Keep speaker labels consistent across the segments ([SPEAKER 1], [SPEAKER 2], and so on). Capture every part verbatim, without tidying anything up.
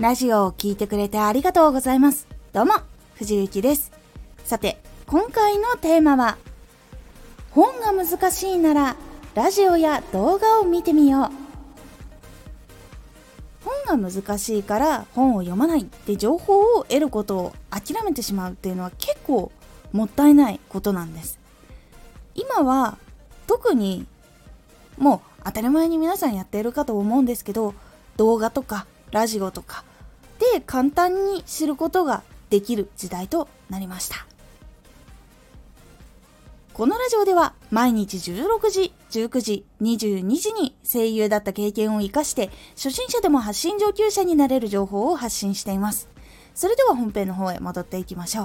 [SPEAKER 1] ラジオを聞いてくれてありがとうございます。どうも、藤幸です。さて、今回のテーマは、本が難しいならラジオや動画を見てみよう。本が難しいから本を読まないって情報を得ることを諦めてしまうっていうのは結構もったいないことなんです。今は特にもう当たり前に皆さんやっているかと思うんですけど、動画とかラジオとかで簡単に知ることができる時代となりました。このラジオでは毎日じゅうろくじ、じゅうくじ、にじゅうにじに声優だった経験を生かして初心者でも発信上級者になれる情報を発信しています。それでは本編の方へ戻っていきましょう。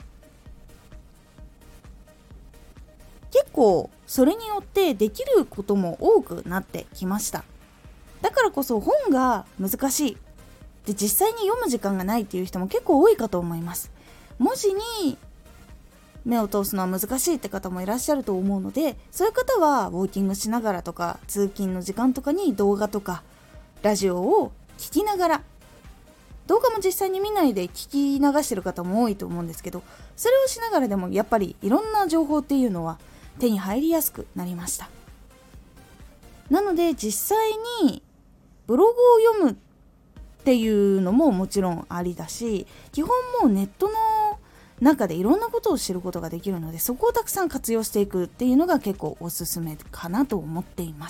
[SPEAKER 1] 結構それによってできることも多くなってきました。だからこそ本が難しいで実際に読む時間がないっていう人も結構多いかと思います。文字に目を通すのは難しいって方もいらっしゃると思うので、そういう方はウォーキングしながらとか通勤の時間とかに動画とかラジオを聞きながら、動画も実際に見ないで聞き流してる方も多いと思うんですけど、それをしながらでもやっぱりいろんな情報っていうのは手に入りやすくなりました。なので実際にブログを読むっていうのももちろんありだし、基本もうネットの中でいろんなことを知ることができるので、そこをたくさん活用していくっていうのが結構おすすめかなと思っています。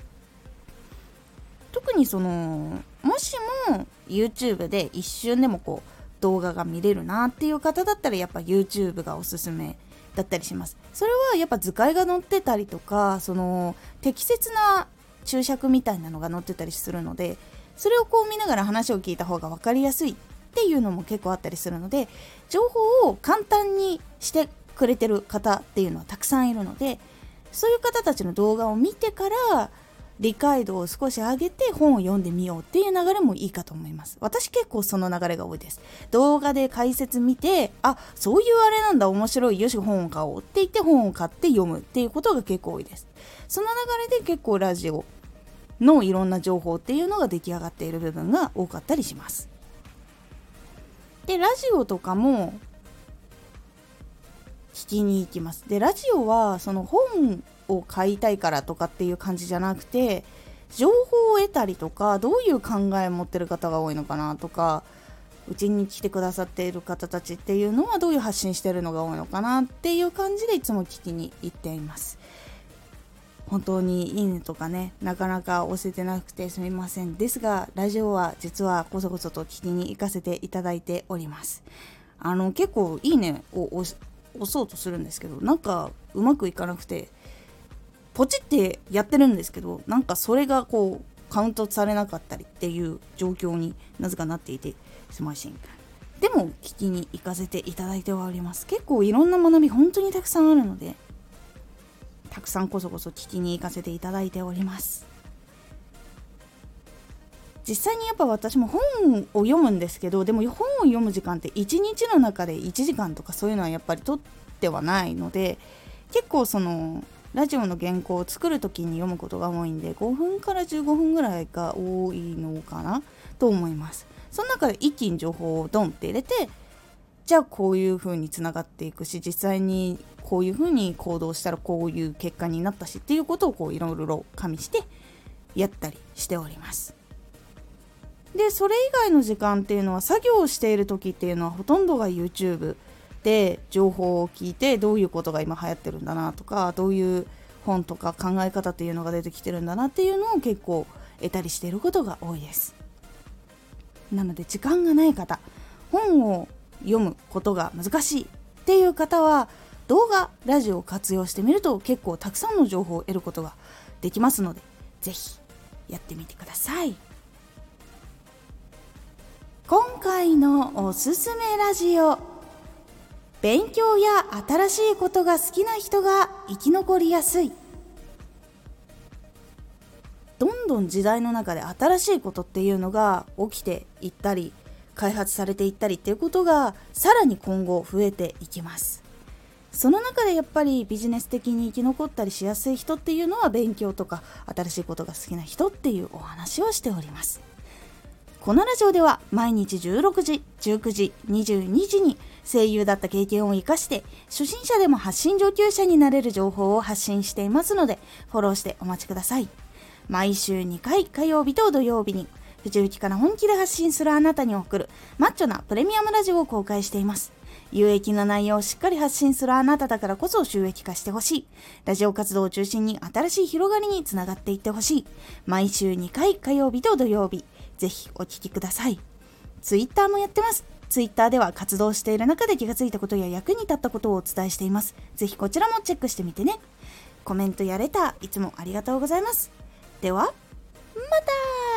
[SPEAKER 1] 特にそのもしも YouTube で一瞬でもこう動画が見れるなっていう方だったらやっぱ YouTube がおすすめだったりします。それはやっぱ図解が載ってたりとか、その適切な注釈みたいなのが載ってたりするので、それをこう見ながら話を聞いた方が分かりやすいっていうのも結構あったりするので、情報を簡単にしてくれてる方っていうのはたくさんいるので、そういう方たちの動画を見てから理解度を少し上げて本を読んでみようっていう流れもいいかと思います。私結構その流れが多いです。動画で解説見て、あ、そういうあれなんだ、面白い、よし本を買おうって言って本を買って読むっていうことが結構多いです。その流れで結構ラジオのいろんな情報っていうのが出来上がっている部分が多かったりします。で、ラジオとかも聞きに行きます。で、ラジオはその本を買いたいからとかっていう感じじゃなくて、情報を得たりとか、どういう考えを持ってる方が多いのかなとか、うちに来てくださっている方たちっていうのはどういう発信してるのが多いのかなっていう感じでいつも聞きに行っています。本当にいいねとかね、なかなか押せてなくてすみません。ですが、ラジオは実はこそこそと聞きに行かせていただいております。あの、結構いいねを押そうとするんですけど、なんかうまくいかなくて、ポチってやってるんですけど、なんかそれがこうカウントされなかったりっていう状況になぜかなっていて、すみません。でも聞きに行かせていただいております。結構いろんな学び本当にたくさんあるので、たくさんこそこそ聞きに行かせていただいております。実際にやっぱ私も本を読むんですけど、でも本を読む時間っていちにちの中でいちじかんとかそういうのはやっぱり取ってはないので、結構そのラジオの原稿を作る時に読むことが多いんで、ごふんからじゅうごふんぐらいが多いのかなと思います。その中で一気に情報をドンって入れて、じゃあこういう風につながっていくし、実際にこういう風に行動したらこういう結果になったしっていうことをこういろいろ加味してやったりしております。で、それ以外の時間っていうのは作業をしている時っていうのはほとんどが YouTube で情報を聞いて、どういうことが今流行ってるんだなとか、どういう本とか考え方っていうのが出てきてるんだなっていうのを結構得たりしていることが多いです。なので時間がない方、本を読むことが難しいっていう方は動画、ラジオを活用してみると結構たくさんの情報を得ることができますので、ぜひやってみてください。今回のおすすめラジオ、勉強や新しいことが好きな人が生き残りやすい。どんどん時代の中で新しいことっていうのが起きていったり開発されていったりっていうことがさらに今後増えていきます。その中でやっぱりビジネス的に生き残ったりしやすい人っていうのは勉強とか新しいことが好きな人っていうお話をしております。 このラジオでは毎日じゅうろくじ、じゅうくじ、にじゅうにじに声優だった経験を生かして初心者でも発信上級者になれる情報を発信していますので、フォローしてお待ちください。毎週にかい、火曜日と土曜日に藤雪から本気で発信するあなたに送るマッチョなプレミアムラジオを公開しています。有益な内容をしっかり発信するあなただからこそ収益化してほしい。ラジオ活動を中心に新しい広がりにつながっていってほしい。毎週にかい、火曜日と土曜日、ぜひお聞きください。ツイッターもやってます。ツイッターでは活動している中で気がついたことや役に立ったことをお伝えしています。ぜひこちらもチェックしてみてね。コメントやレターいつもありがとうございます。ではまた。